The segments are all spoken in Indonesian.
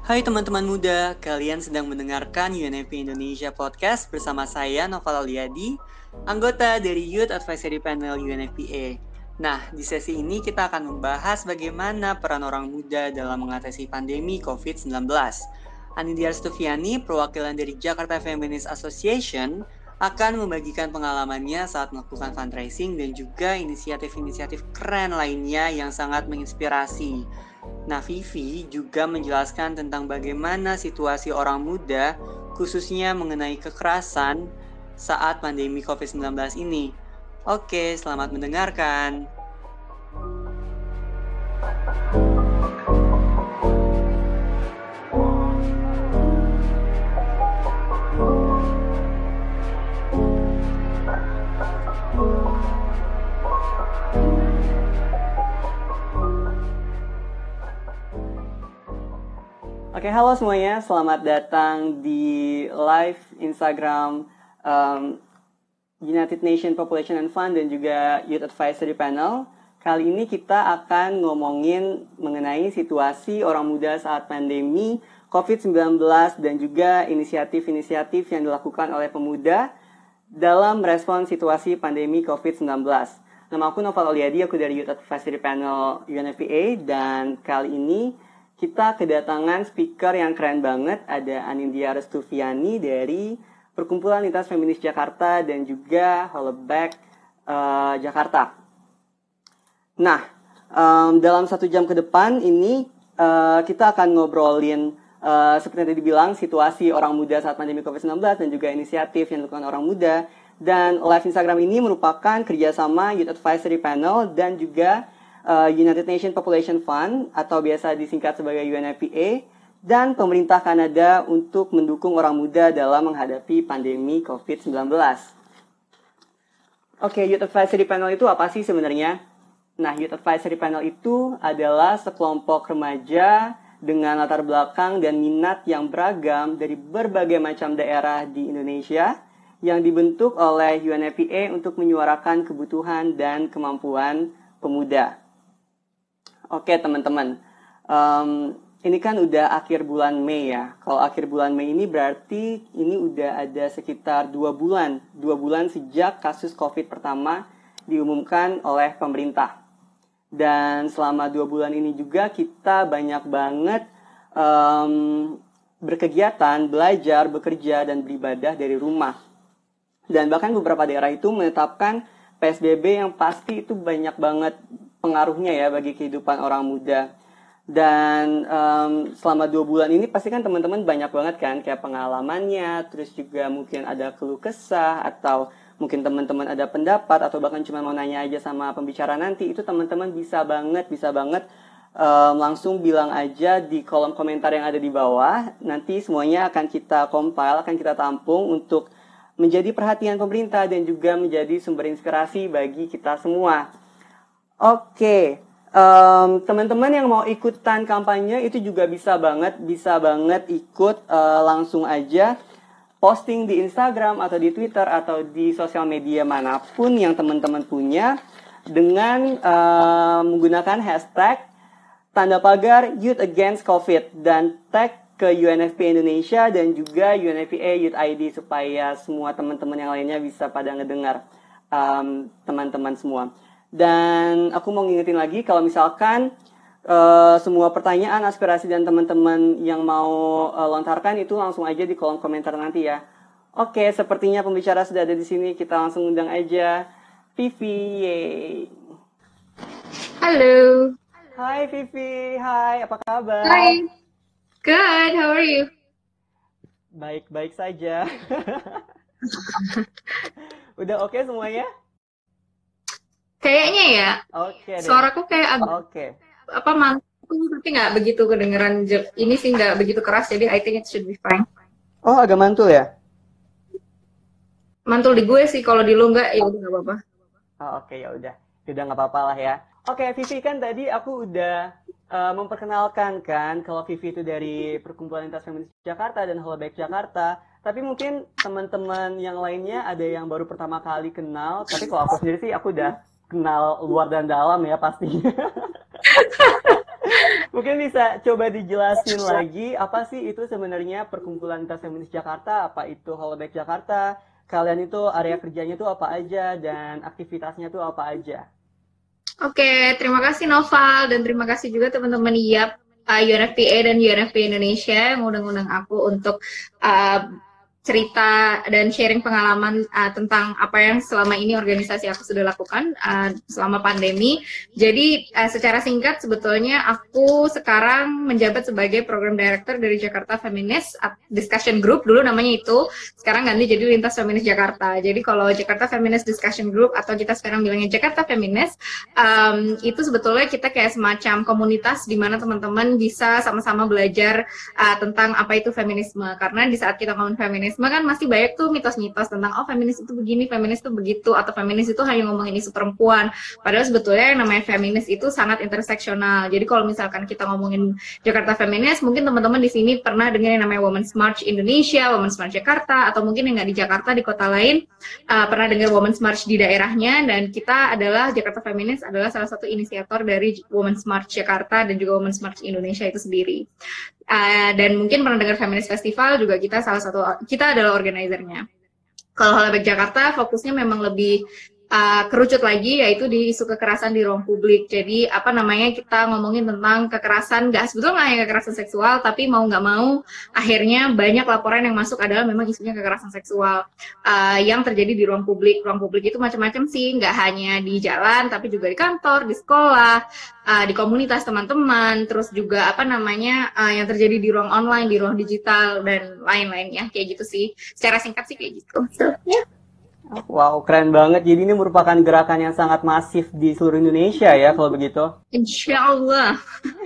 Hai teman-teman muda, kalian sedang mendengarkan UNFP Indonesia Podcast bersama saya Noval Aliadi, anggota dari Youth Advisory Panel UNFPA. Nah, di sesi ini kita akan membahas bagaimana peran orang muda dalam mengatasi pandemi COVID-19. Anindya Stufiani, perwakilan dari Jakarta Feminist Association, akan membagikan pengalamannya saat melakukan fundraising dan juga inisiatif-inisiatif keren lainnya yang sangat menginspirasi. Nah, Vivi juga menjelaskan tentang bagaimana situasi orang muda, khususnya mengenai kekerasan saat pandemi COVID-19 ini. Oke, selamat mendengarkan. Oke, halo semuanya. Selamat datang di live Instagram United Nations Population and Fund dan juga Youth Advisory Panel. Kali ini kita akan ngomongin mengenai situasi orang muda saat pandemi COVID-19 dan juga inisiatif-inisiatif yang dilakukan oleh pemuda dalam merespon situasi pandemi COVID-19. Nama aku Noval Aliadi, aku dari Youth Advisory Panel UNFPA, dan kali ini kita kedatangan speaker yang keren banget. Ada Anindya Stufiani dari Perkumpulan Lintas Feminis Jakarta dan juga Holleback Jakarta. Nah, dalam 1 jam ke depan ini kita akan ngobrolin seperti yang tadi dibilang, situasi orang muda saat pandemi COVID-19 dan juga inisiatif yang dilakukan orang muda. Dan live Instagram ini merupakan kerjasama Youth Advisory Panel dan juga United Nations Population Fund atau biasa disingkat sebagai UNFPA dan pemerintah Kanada untuk mendukung orang muda dalam menghadapi pandemi COVID-19. Oke, Youth Advisory Panel itu apa sih sebenarnya? Nah, Youth Advisory Panel itu adalah sekelompok remaja dengan latar belakang dan minat yang beragam dari berbagai macam daerah di Indonesia yang dibentuk oleh UNFPA untuk menyuarakan kebutuhan dan kemampuan pemuda. Oke teman-teman, ini kan udah akhir bulan Mei ya. Kalau akhir bulan Mei ini berarti ini udah ada sekitar 2 bulan. 2 bulan sejak kasus COVID pertama diumumkan oleh pemerintah. Dan selama 2 bulan ini juga kita banyak banget berkegiatan, belajar, bekerja, dan beribadah dari rumah. Dan bahkan beberapa daerah itu menetapkan PSBB yang pasti itu banyak banget pengaruhnya ya bagi kehidupan orang muda. Dan selama 2 bulan ini pasti kan teman-teman banyak banget kan kayak pengalamannya, terus juga mungkin ada keluh kesah atau mungkin teman-teman ada pendapat atau bahkan cuma mau nanya aja sama pembicara nanti. Itu teman-teman bisa banget langsung bilang aja di kolom komentar yang ada di bawah. Nanti semuanya akan kita compile, akan kita tampung untuk menjadi perhatian pemerintah dan juga menjadi sumber inspirasi bagi kita semua. Oke, teman-teman yang mau ikutan kampanye itu juga bisa banget ikut, langsung aja posting di Instagram atau di Twitter atau di sosial media manapun yang teman-teman punya dengan menggunakan hashtag tanda pagar Youth Against COVID dan tag ke UNFPA Indonesia dan juga UNFPA Youth ID supaya semua teman-teman yang lainnya bisa pada ngedengar, teman-teman semua. Dan aku mau ngingetin lagi kalau misalkan semua pertanyaan, aspirasi dan teman-teman yang mau lontarkan itu langsung aja di kolom komentar nanti ya. Oke, sepertinya pembicara sudah ada di sini. Kita langsung undang aja Vivi. Yeay. Halo. Hai Vivi, hai, apa kabar? Hi. Good, how are you? Baik-baik saja. Udah oke semuanya? Kayaknya ya. Oke deh. Suaraku kayak agak mantul tapi nggak begitu kedengeran. Ini sih nggak begitu keras, jadi I think it should be fine. Oh, agak mantul ya? Mantul di gue sih, kalau di lu nggak ya udah nggak apa-apa. Oh, oke, ya udah nggak apa-apa lah ya. Oke, Vivi, kan tadi aku udah memperkenalkan kan kalau Vivi itu dari Perkumpulan Lintas Feminis Jakarta dan Holleback Jakarta. Tapi mungkin teman-teman yang lainnya ada yang baru pertama kali kenal. Tapi kalau aku sendiri sih aku udah kenal luar dan dalam ya pastinya. Mungkin Mungkin bisa coba dijelasin lagi apa sih itu sebenarnya Perkumpulan Lintas Feminis Jakarta, apa itu Holoback Jakarta, kalian itu area kerjanya tuh apa aja dan aktivitasnya tuh apa aja? Oke, terima kasih Noval dan terima kasih juga teman-teman IAP, UNFPA dan UNFPA Indonesia yang ngundang-ngundang aku untuk uh, cerita dan sharing pengalaman tentang apa yang selama ini organisasi aku sudah lakukan selama pandemi. Jadi secara singkat sebetulnya aku sekarang menjabat sebagai Program Director dari Jakarta Feminist Discussion Group, dulu namanya itu, sekarang ganti jadi Lintas Feminis Jakarta. Jadi kalau Jakarta Feminist Discussion Group atau kita sekarang bilangnya Jakarta Feminist, itu sebetulnya kita kayak semacam komunitas di mana teman-teman bisa sama-sama belajar tentang apa itu feminisme. Karena di saat kita ngomong feminisme kan masih banyak tuh mitos-mitos tentang oh feminis itu begini, feminis itu begitu, atau feminis itu hanya ngomongin isu perempuan. Padahal sebetulnya yang namanya feminis itu sangat interseksional. Jadi kalau misalkan kita ngomongin Jakarta Feminis, mungkin teman-teman di sini pernah dengar yang namanya Women's March Indonesia, Women's March Jakarta, atau mungkin yang nggak di Jakarta, di kota lain pernah dengar Women's March di daerahnya. Dan kita adalah Jakarta Feminis adalah salah satu inisiator dari Women's March Jakarta dan juga Women's March Indonesia itu sendiri. Dan mungkin pernah dengar Feminist Festival juga, kita adalah organizernya. Kalau Holoback Jakarta fokusnya memang lebih kerucut lagi, yaitu di isu kekerasan di ruang publik. Jadi apa namanya, kita ngomongin tentang kekerasan, sebetulnya nggak hanya kekerasan seksual, tapi mau nggak mau akhirnya banyak laporan yang masuk adalah memang isunya kekerasan seksual yang terjadi di ruang publik. Ruang publik itu macam-macam sih, nggak hanya di jalan, tapi juga di kantor, di sekolah, di komunitas teman-teman, terus juga apa namanya yang terjadi di ruang online, di ruang digital dan lain-lainnya, kayak gitu sih. Secara singkat sih kayak gitu. So, yeah. Wow, keren banget. Jadi ini merupakan gerakan yang sangat masif di seluruh Indonesia ya, kalau begitu. Insya Allah.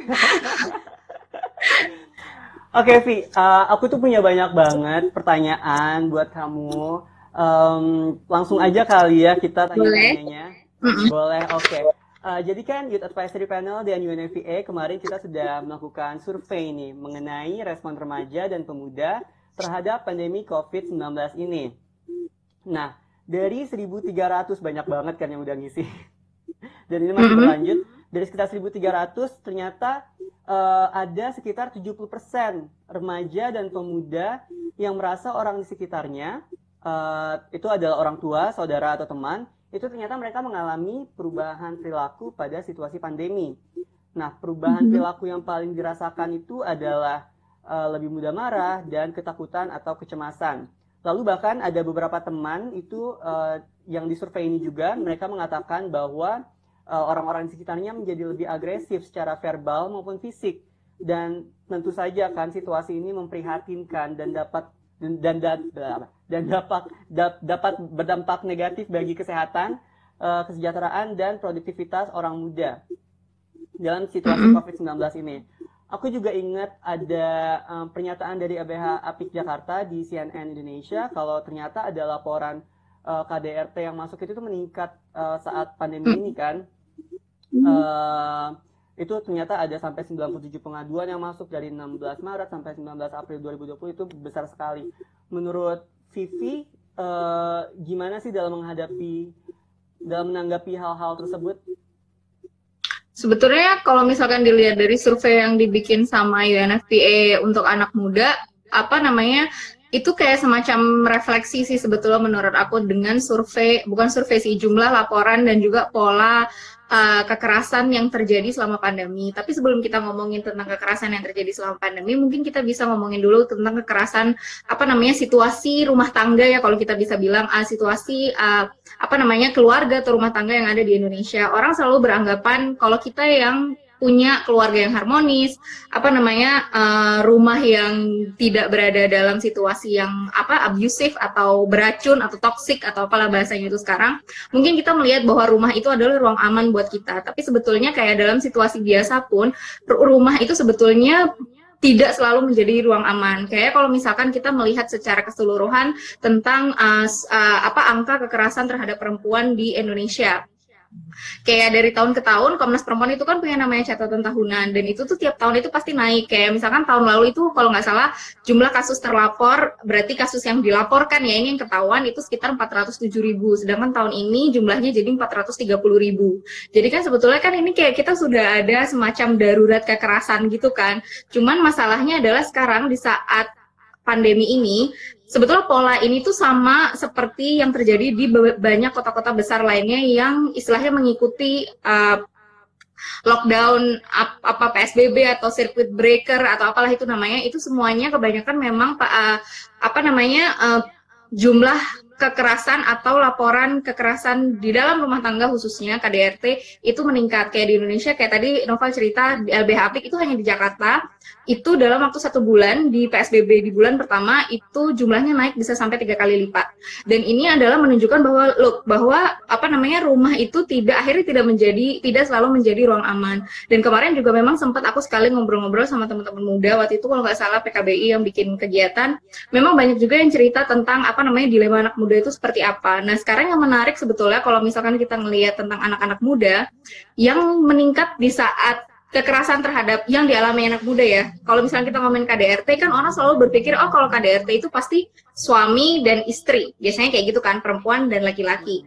Oke, Vi. Aku tuh punya banyak banget pertanyaan buat kamu. Langsung aja kali ya kita tanya-tanyanya. Boleh, oke. Jadi kan Youth Advisory Panel dan UNFPA kemarin kita sudah melakukan survei nih mengenai respon remaja dan pemuda terhadap pandemi COVID-19 ini. Nah, dari 1.300, banyak banget kan yang udah ngisi. Dan ini masih berlanjut. Dari sekitar 1.300, ternyata ada sekitar 70% remaja dan pemuda yang merasa orang di sekitarnya, itu adalah orang tua, saudara, atau teman, itu ternyata mereka mengalami perubahan perilaku pada situasi pandemi. Nah, perubahan perilaku yang paling dirasakan itu adalah lebih mudah marah dan ketakutan atau kecemasan. Lalu bahkan ada beberapa teman itu yang disurvei ini juga, mereka mengatakan bahwa orang-orang di sekitarnya menjadi lebih agresif secara verbal maupun fisik. Dan tentu saja kan situasi ini memprihatinkan dan dapat berdampak negatif bagi kesehatan, kesejahteraan dan produktivitas orang muda dalam situasi COVID-19 ini. Aku juga ingat ada pernyataan dari ABH Apik Jakarta di CNN Indonesia kalau ternyata ada laporan KDRT yang masuk itu meningkat saat pandemi ini kan. Itu ternyata ada sampai 97 pengaduan yang masuk dari 16 Maret sampai 19 April 2020, itu besar sekali. Menurut Vivi, gimana sih dalam menanggapi hal-hal tersebut? Sebetulnya kalau misalkan dilihat dari survei yang dibikin sama UNFPA untuk anak muda, apa namanya, itu kayak semacam refleksi sih sebetulnya menurut aku dengan survei, bukan survei sih, jumlah laporan dan juga pola kekerasan yang terjadi selama pandemi. Tapi sebelum kita ngomongin tentang kekerasan yang terjadi selama pandemi, mungkin kita bisa ngomongin dulu tentang kekerasan, apa namanya, situasi rumah tangga ya, kalau kita bisa bilang situasi apa namanya, keluarga atau rumah tangga yang ada di Indonesia. Orang selalu beranggapan kalau kita yang punya keluarga yang harmonis, apa namanya, rumah yang tidak berada dalam situasi yang abusive atau beracun atau toxic atau apalah bahasanya itu sekarang, mungkin kita melihat bahwa rumah itu adalah ruang aman buat kita. Tapi sebetulnya kayak dalam situasi biasa pun rumah itu sebetulnya tidak selalu menjadi ruang aman. Kayak kalau misalkan kita melihat secara keseluruhan tentang angka kekerasan terhadap perempuan di Indonesia. Kayak dari tahun ke tahun Komnas Perempuan itu kan punya namanya catatan tahunan, dan itu tuh tiap tahun itu pasti naik. Kayak misalkan tahun lalu itu kalau nggak salah jumlah kasus terlapor, berarti kasus yang dilaporkan ya ini yang ketahuan itu sekitar 407.000, sedangkan tahun ini jumlahnya jadi 430.000. Jadi kan sebetulnya kan ini kayak kita sudah ada semacam darurat kekerasan gitu kan. Cuman masalahnya adalah sekarang di saat pandemi ini, sebetulnya pola ini tuh sama seperti yang terjadi di banyak kota-kota besar lainnya yang istilahnya mengikuti lockdown, apa PSBB atau circuit breaker atau apalah itu namanya, itu semuanya kebanyakan memang jumlah kekerasan atau laporan kekerasan di dalam rumah tangga khususnya KDRT itu meningkat. Kayak di Indonesia, kayak tadi Noval cerita di LBH Apik itu hanya di Jakarta, itu dalam waktu 1 bulan di PSBB di bulan pertama itu jumlahnya naik bisa sampai 3 kali lipat. Dan ini adalah menunjukkan bahwa rumah itu akhirnya tidak selalu menjadi ruang aman. Dan kemarin juga memang sempat aku sekali ngobrol-ngobrol sama teman-teman muda waktu itu, kalau nggak salah PKBI yang bikin kegiatan, memang banyak juga yang cerita tentang dilema anak muda itu seperti apa. Nah, sekarang yang menarik sebetulnya kalau misalkan kita ngelihat tentang anak-anak muda yang meningkat di saat kekerasan terhadap yang dialami anak muda ya. Kalau misalnya kita ngomongin KDRT kan orang selalu berpikir, oh kalau KDRT itu pasti suami dan istri. Biasanya kayak gitu kan, perempuan dan laki-laki.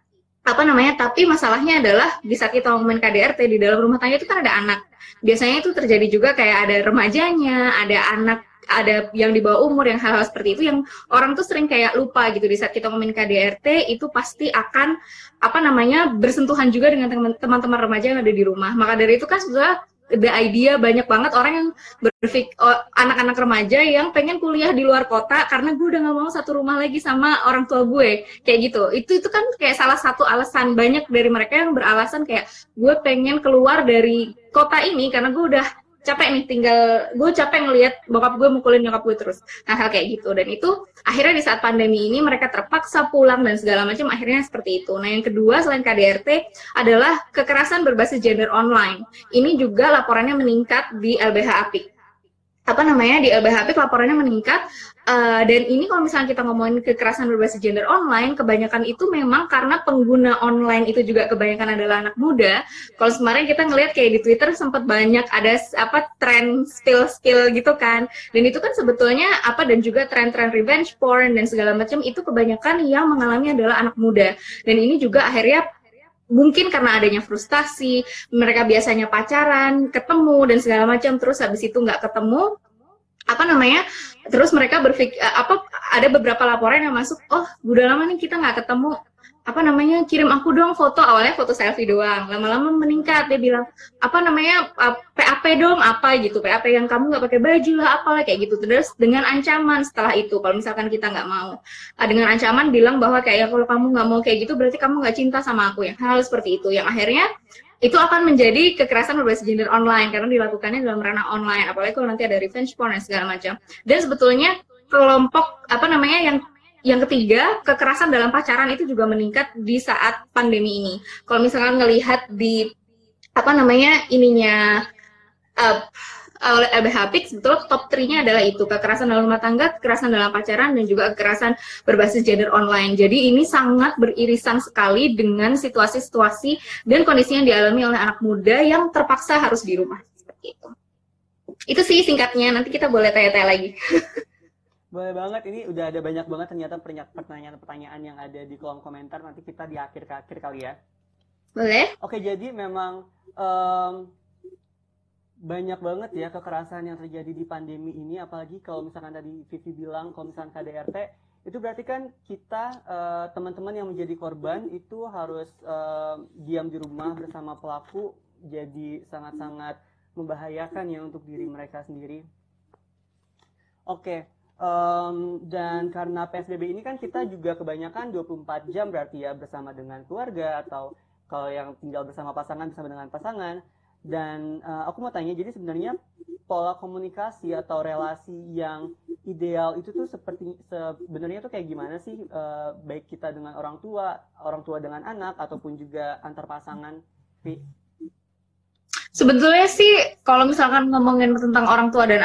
Tapi masalahnya adalah di saat kita ngomongin KDRT di dalam rumah tangga itu kan ada anak. Biasanya itu terjadi juga kayak ada remajanya, ada anak, ada yang di bawah umur, yang hal-hal seperti itu yang orang tuh sering kayak lupa gitu. Di saat kita ngomongin KDRT itu pasti akan bersentuhan juga dengan teman-teman remaja yang ada di rumah. Maka dari itu kan sebetulnya the idea banyak banget orang yang berpikir, anak-anak remaja yang pengen kuliah di luar kota karena gue udah gak mau satu rumah lagi sama orang tua gue, kayak gitu. Itu kan kayak salah satu alasan. Banyak dari mereka yang beralasan kayak gue pengen keluar dari kota ini karena gue udah capek nih gue capek ngelihat bokap gue mukulin nyokap gue terus, hal kayak gitu. Dan itu akhirnya di saat pandemi ini mereka terpaksa pulang dan segala macam, akhirnya seperti itu. Nah, yang kedua selain KDRT adalah kekerasan berbasis gender online. Ini juga laporannya meningkat di LBH Apik. Di LBH Apik laporannya meningkat, dan ini kalau misalnya kita ngomongin kekerasan berbasis gender online, kebanyakan itu memang karena pengguna online itu juga kebanyakan adalah anak muda. Kalau kemarin kita ngelihat kayak di Twitter sempat banyak ada tren spill gitu kan, dan itu kan sebetulnya dan juga tren-tren revenge porn dan segala macam itu kebanyakan yang mengalami adalah anak muda. Dan ini juga akhirnya mungkin karena adanya frustasi, mereka biasanya pacaran, ketemu dan segala macam, terus habis itu nggak ketemu, terus mereka berpikir ada beberapa laporan yang masuk, oh udah lama nih kita nggak ketemu, kirim aku dong foto. Awalnya foto selfie doang, lama-lama meningkat, dia bilang PAP dong, PAP yang kamu nggak pakai baju lah, apalah kayak gitu. Terus dengan ancaman setelah itu kalau misalkan kita nggak mau, dengan ancaman bilang bahwa kayak kalau kamu nggak mau kayak gitu berarti kamu nggak cinta sama aku, ya hal seperti itu, yang akhirnya itu akan menjadi kekerasan berbasis gender online karena dilakukannya dalam ranah online, apalagi kalau nanti ada revenge porn dan segala macam. Dan sebetulnya kelompok yang ketiga, kekerasan dalam pacaran itu juga meningkat di saat pandemi ini. Kalau misalkan ngelihat di LBH Apik, sebetulnya top 3-nya adalah itu, kekerasan dalam rumah tangga, kekerasan dalam pacaran, dan juga kekerasan berbasis gender online. Jadi ini sangat beririsan sekali dengan situasi-situasi dan kondisi yang dialami oleh anak muda yang terpaksa harus di rumah. Seperti itu. Itu sih singkatnya, nanti kita boleh tanya-tanya lagi. Boleh banget, ini udah ada banyak banget ternyata pertanyaan-pertanyaan yang ada di kolom komentar, nanti kita di akhir kali ya. Boleh? Oke, jadi memang banyak banget ya kekerasan yang terjadi di pandemi ini, apalagi kalau misalkan tadi Vivi bilang kalau misalkan KDRT, itu berarti kan kita teman-teman yang menjadi korban itu harus diam di rumah bersama pelaku, jadi sangat-sangat membahayakan ya untuk diri mereka sendiri. Oke. Dan karena PSBB ini kan kita juga kebanyakan 24 jam berarti ya bersama dengan keluarga, atau kalau yang tinggal bersama pasangan dengan pasangan. Dan aku mau tanya, jadi sebenarnya pola komunikasi atau relasi yang ideal itu tuh sebenarnya tuh kayak gimana sih, baik kita dengan orang tua dengan anak, ataupun juga antar pasangan? Sebetulnya sih kalau misalkan ngomongin tentang orang tua dan anak,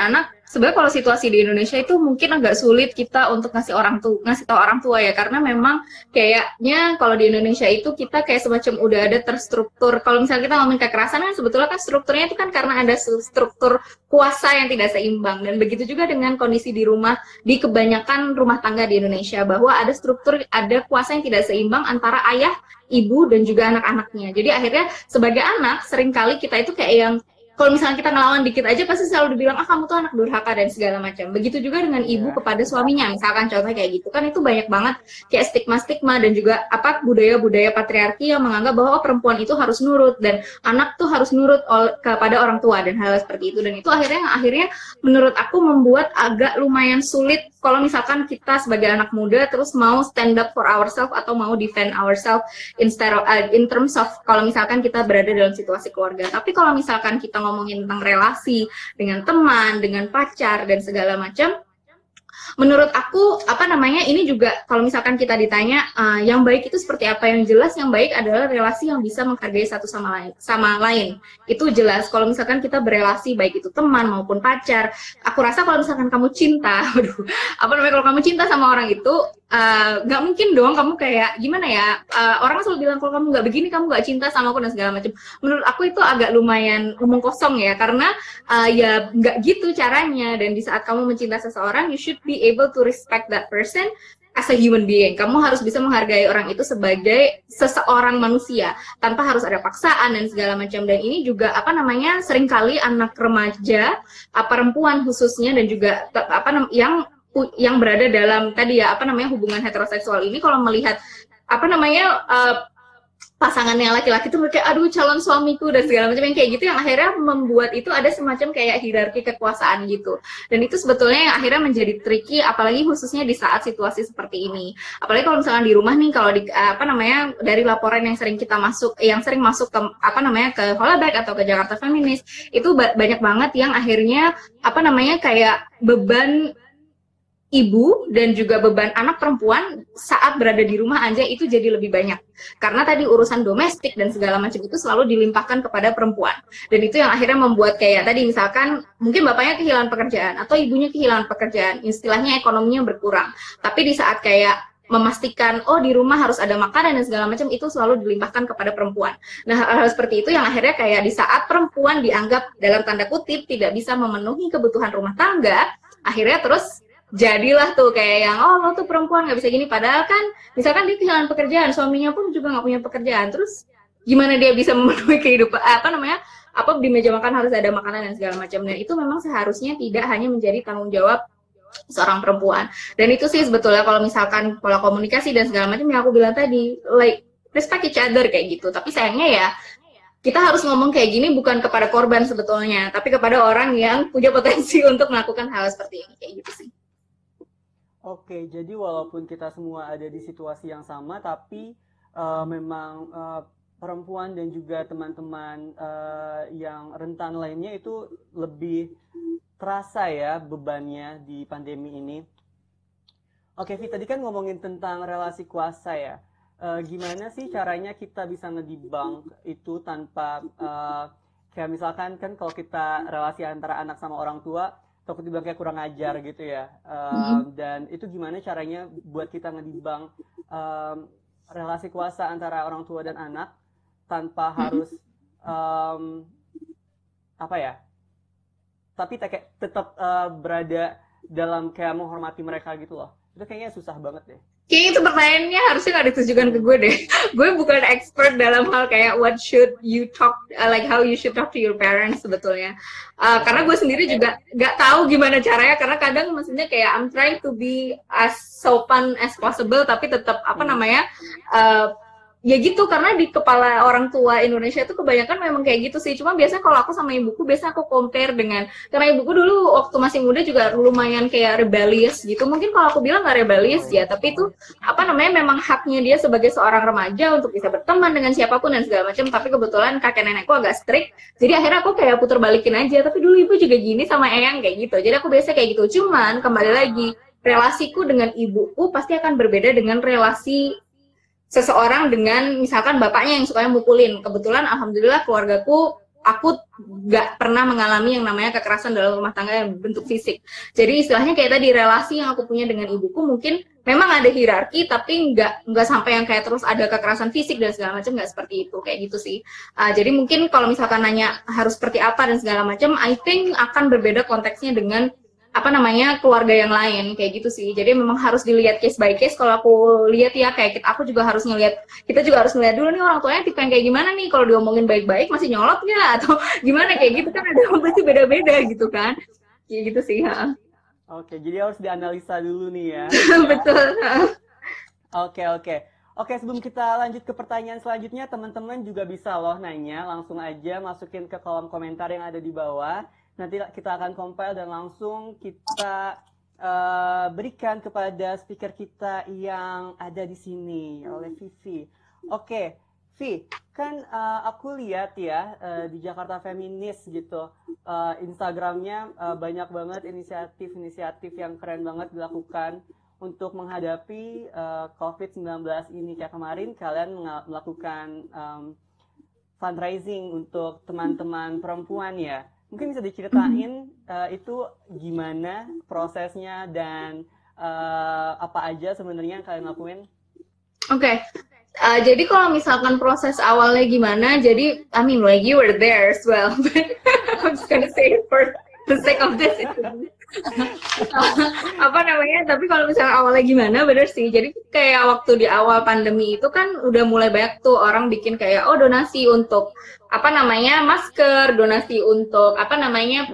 sebenarnya kalau situasi di Indonesia itu mungkin agak sulit kita untuk ngasih tahu orang tua ya, karena memang kayaknya kalau di Indonesia itu kita kayak semacam udah ada terstruktur. Kalau misalnya kita ngomongin kekerasan kan sebetulnya kan strukturnya itu kan karena ada struktur kuasa yang tidak seimbang, dan begitu juga dengan kondisi di rumah di kebanyakan rumah tangga di Indonesia, bahwa ada struktur, ada kuasa yang tidak seimbang antara ayah, ibu, dan juga anak-anaknya. Jadi akhirnya sebagai anak seringkali kita itu kayak yang kalau misalnya kita ngelawan dikit aja pasti selalu dibilang kamu tuh anak durhaka dan segala macam. Begitu juga dengan ibu kepada suaminya, misalkan contohnya kayak gitu kan, itu banyak banget kayak stigma-stigma dan juga budaya-budaya patriarki yang menganggap bahwa perempuan itu harus nurut dan anak tuh harus nurut kepada orang tua dan hal seperti itu. Dan itu akhirnya menurut aku membuat agak lumayan sulit kalau misalkan kita sebagai anak muda terus mau stand up for ourselves atau mau defend ourselves in terms of kalau misalkan kita berada dalam situasi keluarga. Tapi kalau misalkan kita ngomongin tentang relasi dengan teman, dengan pacar dan segala macam, menurut aku ini juga kalau misalkan kita ditanya yang baik itu seperti apa, yang jelas yang baik adalah relasi yang bisa menghargai satu sama lain. Itu jelas. Kalau misalkan kita berelasi baik itu teman maupun pacar, aku rasa kalau misalkan kamu cinta, kalau kamu cinta sama orang itu nggak mungkin dong kamu kayak gimana ya, orang selalu bilang kalau kamu nggak begini kamu nggak cinta sama aku dan segala macam. Menurut aku itu agak lumayan omong kosong ya, karena ya nggak gitu caranya. Dan di saat kamu mencinta seseorang, you should be able to respect that person as a human being. Kamu harus bisa menghargai orang itu sebagai seseorang manusia tanpa harus ada paksaan dan segala macam. Dan ini juga seringkali anak remaja, perempuan khususnya, dan juga yang berada dalam hubungan heteroseksual ini, kalau melihat pasangannya laki-laki tuh kayak aduh calon suamiku dan segala macam yang kayak gitu, yang akhirnya membuat itu ada semacam kayak hierarki kekuasaan gitu. Dan itu sebetulnya yang akhirnya menjadi tricky, apalagi khususnya di saat situasi seperti ini. Apalagi kalau misalkan di rumah nih, kalau di dari laporan yang sering masuk ke ke Holabek atau ke Jakarta Feminis, itu banyak banget yang akhirnya kayak beban ibu dan juga beban anak perempuan saat berada di rumah aja itu jadi lebih banyak, karena tadi urusan domestik dan segala macam itu selalu dilimpahkan kepada perempuan. Dan itu yang akhirnya membuat kayak tadi misalkan mungkin bapaknya kehilangan pekerjaan atau ibunya kehilangan pekerjaan, istilahnya ekonominya berkurang, tapi di saat kayak memastikan di rumah harus ada makanan dan segala macam, itu selalu dilimpahkan kepada perempuan. Nah, hal seperti itu yang akhirnya kayak di saat perempuan dianggap dalam tanda kutip tidak bisa memenuhi kebutuhan rumah tangga, akhirnya terus jadilah tuh kayak yang lo tuh perempuan nggak bisa gini, padahal kan misalkan dia kehilangan pekerjaan, suaminya pun juga nggak punya pekerjaan, terus gimana dia bisa memenuhi kehidupan di meja makan harus ada makanan dan segala macam. Dan itu memang seharusnya tidak hanya menjadi tanggung jawab seorang perempuan. Dan itu sih sebetulnya kalau misalkan pola komunikasi dan segala macam yang aku bilang tadi, like respect each other kayak gitu. Tapi sayangnya ya kita harus ngomong kayak gini bukan kepada korban sebetulnya, tapi kepada orang yang punya potensi untuk melakukan hal seperti ini, kayak gitu sih. Oke, jadi walaupun kita semua ada di situasi yang sama, tapi memang perempuan dan juga teman-teman yang rentan lainnya itu lebih terasa ya bebannya di pandemi ini. Oke, Vi, tadi kan ngomongin tentang relasi kuasa ya. Gimana sih caranya kita bisa ngedebunk itu tanpa kayak misalkan kan kalau kita relasi antara anak sama orang tua, takut dibilang kayak kurang ajar gitu ya. Dan itu gimana caranya buat kita ngedibang relasi kuasa antara orang tua dan anak tanpa harus tapi tetap berada dalam kayak menghormati mereka gitu loh. Itu kayaknya susah banget deh. Kayaknya itu pertanyaannya harusnya nggak ditujukan ke gue deh. Gue bukan expert dalam hal kayak what should you talk, like how you should talk to your parents sebetulnya. Karena gue sendiri juga nggak tahu gimana caranya. Karena kadang maksudnya kayak I'm trying to be as sopan as possible, tapi tetap ya gitu, karena di kepala orang tua Indonesia itu kebanyakan memang kayak gitu sih. Cuma biasanya kalau aku sama ibuku, biasanya aku compare karena ibuku dulu waktu masih muda juga lumayan kayak rebellious gitu. Mungkin kalau aku bilang nggak rebellious ya, tapi itu memang haknya dia sebagai seorang remaja untuk bisa berteman dengan siapapun dan segala macam. Tapi kebetulan kakek nenekku agak strict, jadi akhirnya aku kayak puter balikin aja. Tapi dulu ibu juga gini sama eyang kayak gitu, jadi aku biasa kayak gitu. Cuman kembali lagi, relasiku dengan ibuku pasti akan berbeda dengan relasi seseorang dengan misalkan bapaknya yang sukanya mukulin. Kebetulan alhamdulillah keluargaku aku nggak pernah mengalami yang namanya kekerasan dalam rumah tangga yang bentuk fisik. Jadi istilahnya kayak tadi, relasi yang aku punya dengan ibuku mungkin memang ada hierarki, tapi nggak sampai yang kayak terus ada kekerasan fisik dan segala macam, nggak seperti itu, kayak gitu sih. Jadi mungkin kalau misalkan nanya harus seperti apa dan segala macam, I think akan berbeda konteksnya dengan apa namanya keluarga yang lain, kayak gitu sih. Jadi memang harus dilihat case by case. Kalau aku lihat ya kayak aku juga harus kita juga harus ngeliat dulu nih orang tuanya tipe yang kayak gimana nih, kalau diomongin baik-baik masih nyolot nggak atau gimana, kayak gitu kan ada pasti beda-beda gitu kan, kayak gitu sih. Oke, jadi harus dianalisa dulu nih ya. Betul. Oke, sebelum kita lanjut ke pertanyaan selanjutnya, teman-teman juga bisa loh nanya, langsung aja masukin ke kolom komentar yang ada di bawah. Nanti kita akan compile dan langsung kita berikan kepada speaker kita yang ada di sini, oleh Vivi. Oke, Vi, kan aku lihat ya di Jakarta Feminis gitu, Instagramnya banyak banget inisiatif-inisiatif yang keren banget dilakukan untuk menghadapi COVID-19 ini. Kayak kemarin kalian melakukan fundraising untuk teman-teman perempuan ya. Mungkin bisa diceritain itu gimana prosesnya dan apa aja sebenarnya yang kalian lakuin? Oke. Jadi kalau misalkan proses awalnya gimana, jadi I mean like you were there as well, but I'm just gonna say it for the sake of this. Apa namanya, tapi kalau misalnya awalnya gimana, bener sih. Jadi kayak waktu di awal pandemi itu kan udah mulai banyak tuh orang bikin kayak donasi untuk apa namanya masker, donasi untuk apa namanya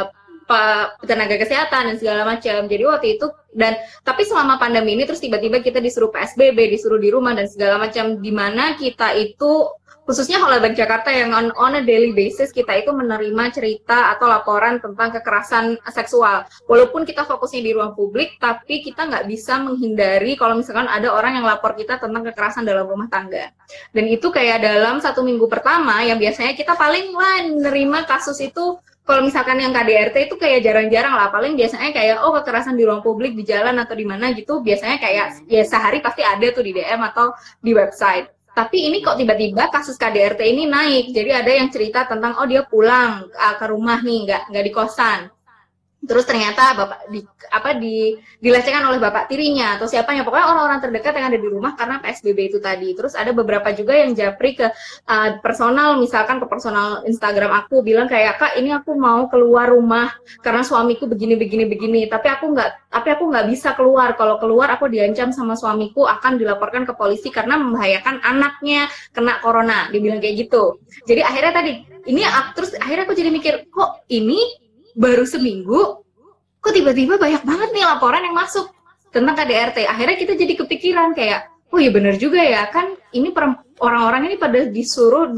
tenaga kesehatan dan segala macam. Jadi waktu itu tapi selama pandemi ini terus tiba-tiba kita disuruh PSBB, disuruh di rumah dan segala macam, di mana kita itu khususnya Holabag Jakarta yang on a daily basis kita itu menerima cerita atau laporan tentang kekerasan seksual. Walaupun kita fokusnya di ruang publik, tapi kita nggak bisa menghindari kalau misalkan ada orang yang lapor kita tentang kekerasan dalam rumah tangga. Dan itu kayak dalam 1 minggu pertama yang biasanya kita paling menerima kasus itu, kalau misalkan yang KDRT itu kayak jarang-jarang lah, paling biasanya kayak kekerasan di ruang publik, di jalan atau di mana gitu, biasanya kayak ya sehari pasti ada tuh di DM atau di website. Tapi ini kok tiba-tiba kasus KDRT ini naik. Jadi ada yang cerita tentang dia pulang ke rumah nih, nggak di kosan. Terus ternyata dilecehkan oleh bapak tirinya atau siapanya, pokoknya orang-orang terdekat yang ada di rumah karena PSBB itu tadi. Terus ada beberapa juga yang japri ke personal, misalkan ke personal Instagram aku, bilang kayak, Kak ini aku mau keluar rumah karena suamiku begini, tapi aku nggak bisa keluar. Kalau keluar aku diancam sama suamiku akan dilaporkan ke polisi karena membahayakan anaknya kena corona. Dia bilang kayak gitu. Jadi akhirnya terus akhirnya aku jadi mikir, kok ini baru seminggu, kok tiba-tiba banyak banget nih laporan yang masuk tentang KDRT. Akhirnya kita jadi kepikiran kayak, iya bener juga ya, kan ini orang-orang ini pada disuruh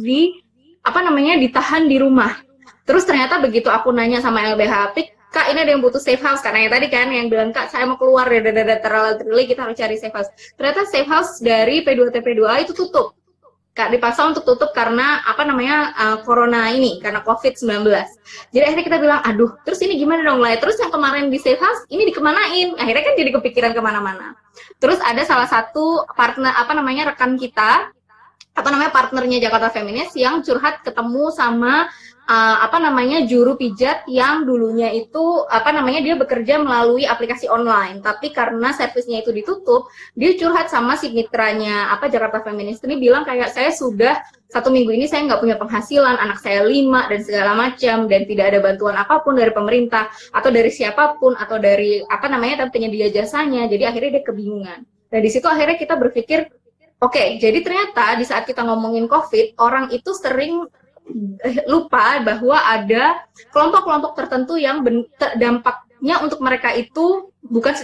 ditahan di rumah. Terus ternyata begitu aku nanya sama LBH Apik, Kak ini ada yang butuh safe house, karena yang tadi kan yang bilang, Kak saya mau keluar, terlalu kita harus cari safe house. Ternyata safe house dari P2T-P2A itu tutup. Kak dipaksa untuk tutup karena corona ini, karena COVID-19. Jadi akhirnya kita bilang, aduh, terus ini gimana dong, Lai? Terus yang kemarin di safe house, ini dikemanain? Akhirnya kan jadi kepikiran kemana-mana. Terus ada salah satu partner, rekan kita, partnernya Jakarta Feminis yang curhat ketemu sama juru pijat yang dulunya itu dia bekerja melalui aplikasi online, tapi karena servisnya itu ditutup, dia curhat sama si mitranya Jakarta Feminis ini, bilang kayak, saya sudah 1 minggu ini saya nggak punya penghasilan, anak saya 5 dan segala macam, dan tidak ada bantuan apapun dari pemerintah atau dari siapapun atau dari penyedia jasanya. Jadi akhirnya dia kebingungan. Dan di situ akhirnya kita berpikir, oke, jadi ternyata di saat kita ngomongin COVID, orang itu sering lupa bahwa ada kelompok-kelompok tertentu yang dampaknya untuk mereka itu bukan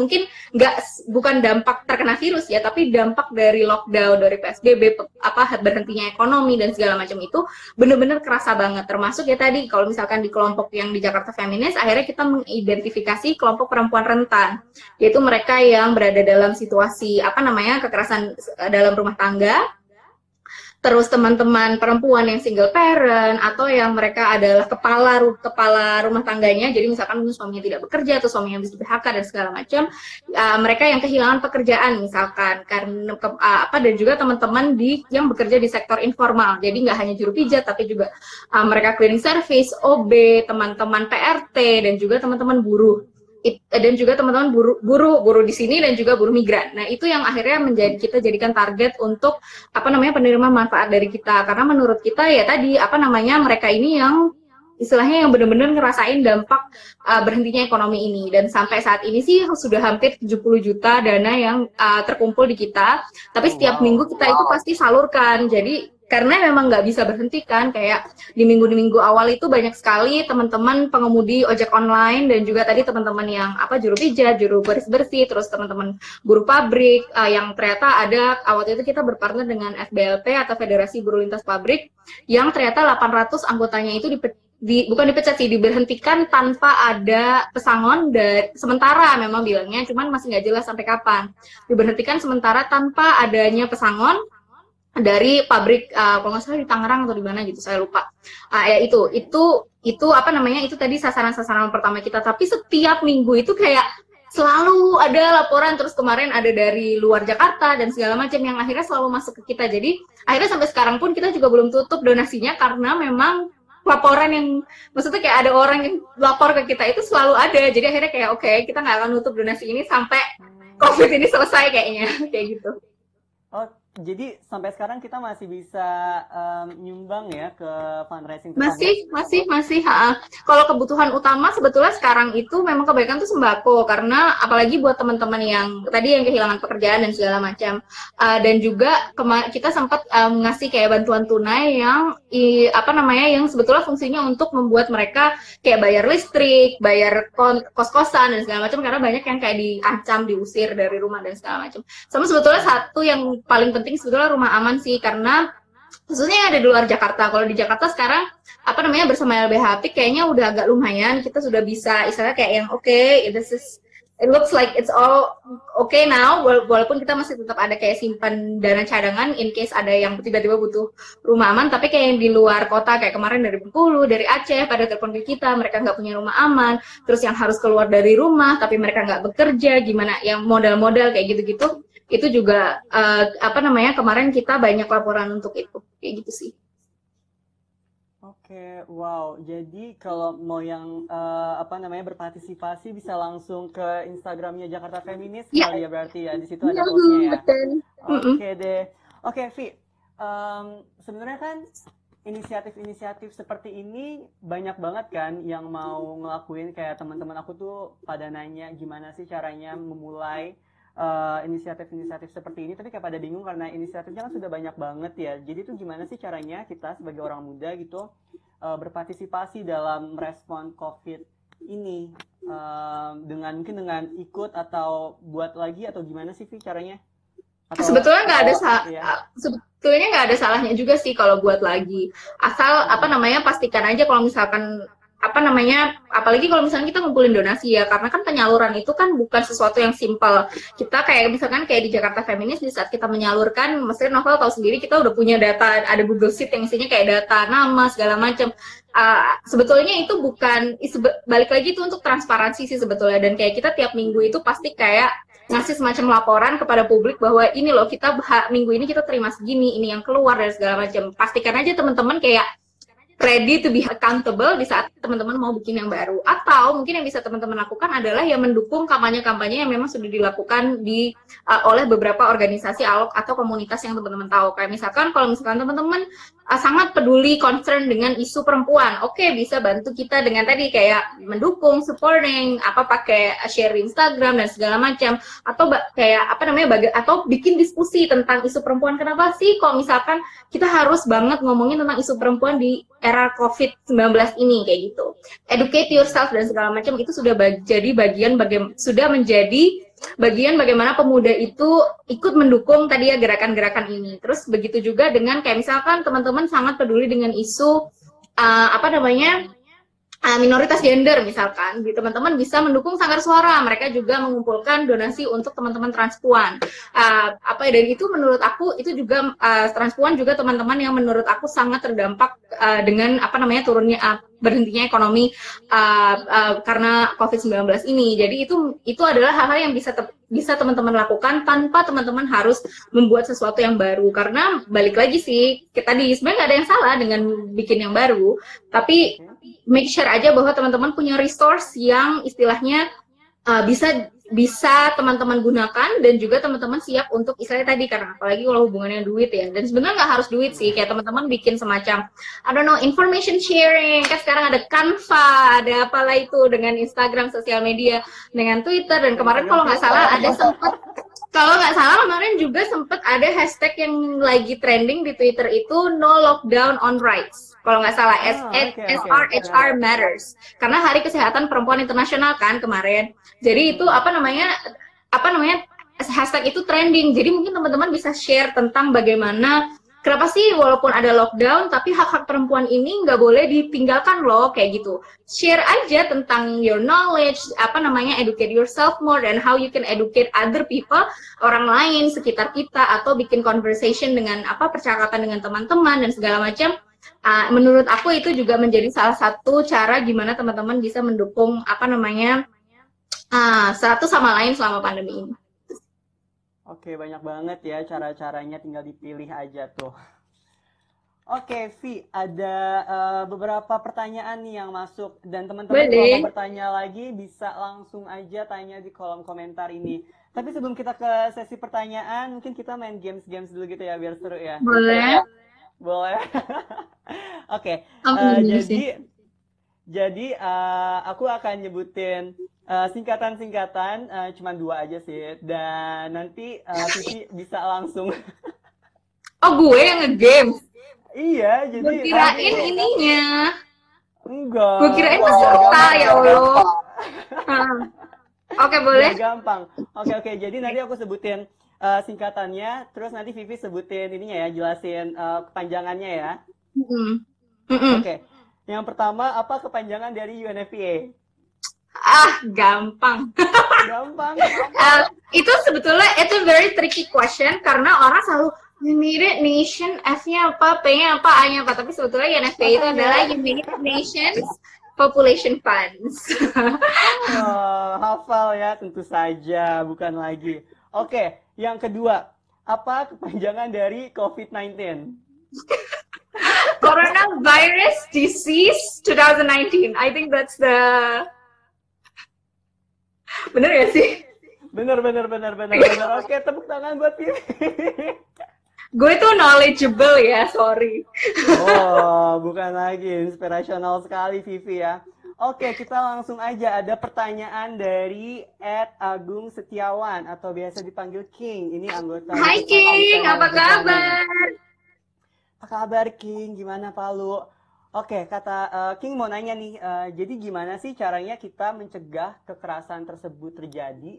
bukan dampak terkena virus ya, tapi dampak dari lockdown, dari PSBB, berhentinya ekonomi dan segala macam itu benar-benar kerasa banget. Termasuk ya tadi kalau misalkan di kelompok yang di Jakarta Feminis, akhirnya kita mengidentifikasi kelompok perempuan rentan, yaitu mereka yang berada dalam situasi kekerasan dalam rumah tangga, terus teman-teman perempuan yang single parent atau yang mereka adalah kepala rumah tangganya, jadi misalkan suaminya tidak bekerja atau suaminya habis di PHK dan segala macam, mereka yang kehilangan pekerjaan misalkan karena dan juga teman-teman yang bekerja di sektor informal, jadi nggak hanya juru pijat tapi juga mereka cleaning service, OB, teman-teman PRT dan juga teman-teman buruh. Dan juga teman-teman buruh di sini dan juga buruh migran. Nah, itu yang akhirnya kita jadikan target untuk penerima manfaat dari kita, karena menurut kita ya tadi mereka ini yang istilahnya yang benar-benar ngerasain dampak berhentinya ekonomi ini. Dan sampai saat ini sih sudah hampir 70 juta dana yang terkumpul di kita, tapi setiap minggu kita itu pasti salurkan. Jadi karena memang nggak bisa berhenti kan, kayak di minggu awal itu banyak sekali teman-teman pengemudi ojek online dan juga tadi teman-teman yang juru pijat, juru bersih, terus teman-teman buruh pabrik yang ternyata ada waktu itu kita berpartner dengan FBLP atau Federasi Buruh Lintas Pabrik yang ternyata 800 anggotanya itu bukan dipecat sih, diberhentikan tanpa ada pesangon sementara, memang bilangnya, cuman masih nggak jelas sampai kapan. Diberhentikan sementara tanpa adanya pesangon dari pabrik kalau nggak salah di Tangerang atau di mana gitu, saya lupa. Itu tadi sasaran-sasaran pertama kita, tapi setiap minggu itu kayak selalu ada laporan, terus kemarin ada dari luar Jakarta dan segala macam yang akhirnya selalu masuk ke kita. Jadi akhirnya sampai sekarang pun kita juga belum tutup donasinya karena memang laporan yang maksudnya kayak ada orang yang lapor ke kita itu selalu ada. Jadi akhirnya kayak oke, kita nggak akan nutup donasi ini sampai COVID ini selesai kayaknya kayak gitu. Oh, jadi sampai sekarang kita masih bisa nyumbang ya ke fundraising? Masih. Kalau kebutuhan utama sebetulnya sekarang itu memang kebanyakan tuh sembako, karena apalagi buat teman-teman yang tadi yang kehilangan pekerjaan dan segala macam. Dan juga kita sempat ngasih kayak bantuan tunai yang yang sebetulnya fungsinya untuk membuat mereka kayak bayar listrik, bayar kos-kosan dan segala macam, karena banyak yang kayak diancam diusir dari rumah dan segala macam. Sama sebetulnya satu yang paling penting sebetulnya rumah aman sih, karena khususnya yang ada di luar Jakarta. Kalau di Jakarta sekarang bersama LBH kayaknya udah agak lumayan, kita sudah bisa istilahnya kayak yang it looks like it's all okay now, walaupun kita masih tetap ada kayak simpan dana cadangan in case ada yang tiba-tiba butuh rumah aman. Tapi kayak yang di luar kota, kayak kemarin dari Bengkulu, dari Aceh, pada telepon ke kita, mereka nggak punya rumah aman, terus yang harus keluar dari rumah tapi mereka nggak bekerja, gimana yang modal-modal kayak gitu-gitu, itu juga kemarin kita banyak laporan untuk itu, kayak gitu sih. Oke, wow. Jadi kalau mau yang berpartisipasi bisa langsung ke Instagramnya Jakarta Feminis kali ya, berarti ya di situ ada postnya ya. Oke deh. Oke, Vi. Sebenarnya kan inisiatif-inisiatif seperti ini banyak banget kan yang mau ngelakuin, kayak teman-teman aku tuh pada nanya gimana sih caranya memulai inisiatif-inisiatif seperti ini, tapi kayak pada bingung karena inisiatifnya kan sudah banyak banget ya. Jadi tuh gimana sih caranya kita sebagai orang muda gitu berpartisipasi dalam respon COVID ini, mungkin dengan ikut atau buat lagi, atau gimana sih Vi caranya? Sebetulnya nggak ada salahnya juga sih kalau buat lagi, asal pastikan aja kalau misalkan apalagi kalau misalnya kita ngumpulin donasi ya, karena kan penyaluran itu kan bukan sesuatu yang simpel. Kita kayak misalkan kayak di Jakarta Feminis, di saat kita menyalurkan, maksudnya Novel tahu sendiri, kita udah punya data, ada Google Sheet yang isinya kayak data, nama, segala macam. Sebetulnya itu balik lagi itu untuk transparansi sih sebetulnya, dan kayak kita tiap minggu itu pasti kayak ngasih semacam laporan kepada publik bahwa ini loh, kita minggu ini kita terima segini, ini yang keluar dan segala macam. Pastikan aja teman-teman kayak ready to be accountable di saat teman-teman mau bikin yang baru. Atau mungkin yang bisa teman-teman lakukan adalah yang mendukung kampanye-kampanye yang memang sudah dilakukan oleh beberapa organisasi ALOK atau komunitas yang teman-teman tahu. Kayak misalkan kalau misalkan teman-teman sangat peduli, concern dengan isu perempuan, oke, bisa bantu kita dengan tadi kayak mendukung, supporting, pakai share di Instagram dan segala macam, atau kayak atau bikin diskusi tentang isu perempuan. Kenapa sih kok misalkan kita harus banget ngomongin tentang isu perempuan di era COVID-19 ini, kayak gitu. Educate yourself dan segala macam, itu sudah menjadi bagian bagaimana pemuda itu ikut mendukung tadi ya gerakan-gerakan ini. Terus begitu juga dengan kayak misalkan teman-teman sangat peduli dengan isu minoritas gender misalkan, di teman-teman bisa mendukung Sanggar Suara. Mereka juga mengumpulkan donasi untuk teman-teman transpuan. Dan itu menurut aku itu juga transpuan juga teman-teman yang menurut aku sangat terdampak dengan turunnya berhentinya ekonomi karena COVID-19 ini. Jadi itu adalah hal-hal yang bisa teman-teman lakukan tanpa teman-teman harus membuat sesuatu yang baru. Karena balik lagi sih, tadi sebenarnya nggak ada yang salah dengan bikin yang baru, tapi make sure aja bahwa teman-teman punya resource yang istilahnya bisa teman-teman gunakan, dan juga teman-teman siap untuk istilahnya tadi, karena apalagi kalau hubungannya duit ya, dan sebenarnya nggak harus duit sih, kayak teman-teman bikin semacam information sharing, kan sekarang ada Canva, ada apalah itu dengan Instagram, sosial media, dengan Twitter, dan kemarin kalau nggak salah kemarin juga sempat ada hashtag yang lagi trending di Twitter itu no lockdown on rights. Kalau nggak salah, SRHR Matters. Karena Hari Kesehatan Perempuan Internasional kan kemarin. Jadi itu hashtag itu trending. Jadi mungkin teman-teman bisa share tentang bagaimana kenapa sih walaupun ada lockdown tapi hak-hak perempuan ini nggak boleh ditinggalkan loh, kayak gitu. Share aja tentang your knowledge, educate yourself more, and how you can educate other people, orang lain sekitar kita, atau bikin conversation dengan percakapan dengan teman-teman dan segala macam. Menurut aku itu juga menjadi salah satu cara gimana teman-teman bisa mendukung satu sama lain selama pandemi ini. Oke, banyak banget ya cara-caranya, tinggal dipilih aja tuh. Oke, Vi, ada beberapa pertanyaan nih yang masuk, dan teman-teman kalau mau bertanya lagi bisa langsung aja tanya di kolom komentar ini. Tapi sebelum kita ke sesi pertanyaan, mungkin kita main games dulu gitu ya, biar seru ya. Boleh. Oke, jadi aku akan nyebutin singkatan-singkatan, cuma 2 aja sih, dan nanti Vivi bisa langsung. Oh, gue yang nge-game? Iya, jadi gue kirain ininya. Enggak. Gue kirain peserta, ya Allah. Oke, boleh. Gampang. Oke, jadi nanti aku sebutin singkatannya, terus nanti Vivi sebutin ininya ya, jelasin kepanjangannya ya. Oke. Yang pertama, apa kepanjangan dari UNFPA? Gampang. Gampang. Itu sebetulnya it's a very tricky question, karena orang selalu United Nation, F-nya apa, P-nya apa, A-nya apa, tapi sebetulnya UNFPA itu adalah United Nations Population Funds. Hafal ya, tentu saja, bukan lagi. Oke, yang kedua, apa kepanjangan dari COVID-19? Coronavirus Disease 2019. I think that's the... Bener ya sih? Bener. Oke, tepuk tangan buat Vivi. Gue tuh knowledgeable ya, sorry. Oh, bukan lagi. Inspirational sekali Vivi ya. Oke, kita langsung aja. Ada pertanyaan dari @Agung Setiawan atau biasa dipanggil King. Ini anggota. Hai King, apa kabar? Apa kabar King? Gimana Palu? Oke, kata King mau nanya nih. Jadi gimana sih caranya kita mencegah kekerasan tersebut terjadi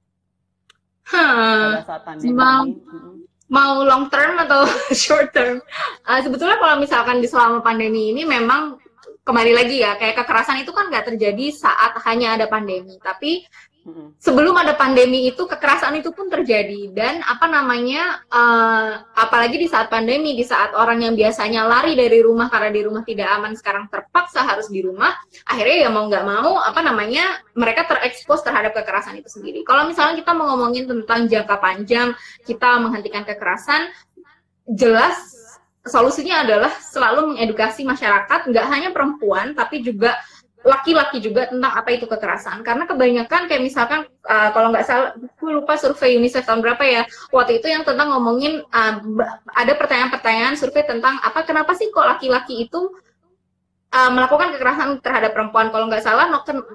pada saat pandemi? Mau long term atau short term? Sebetulnya kalau misalkan di selama pandemi ini memang kembali lagi ya, kayak kekerasan itu kan nggak terjadi saat hanya ada pandemi, tapi sebelum ada pandemi itu kekerasan itu pun terjadi. Dan apalagi di saat pandemi, di saat orang yang biasanya lari dari rumah karena di rumah tidak aman, sekarang terpaksa harus di rumah, akhirnya ya mau nggak mau mereka terekspos terhadap kekerasan itu sendiri. Kalau misalnya kita mau ngomongin tentang jangka panjang kita menghentikan kekerasan, jelas solusinya adalah selalu mengedukasi masyarakat, nggak hanya perempuan tapi juga laki-laki juga, tentang apa itu kekerasan. Karena kebanyakan kayak misalkan kalau nggak salah, gue lupa survei UNICEF tahun berapa ya, waktu itu yang tentang ngomongin ada pertanyaan-pertanyaan survei tentang kenapa sih kok laki-laki itu melakukan kekerasan terhadap perempuan. Kalau nggak salah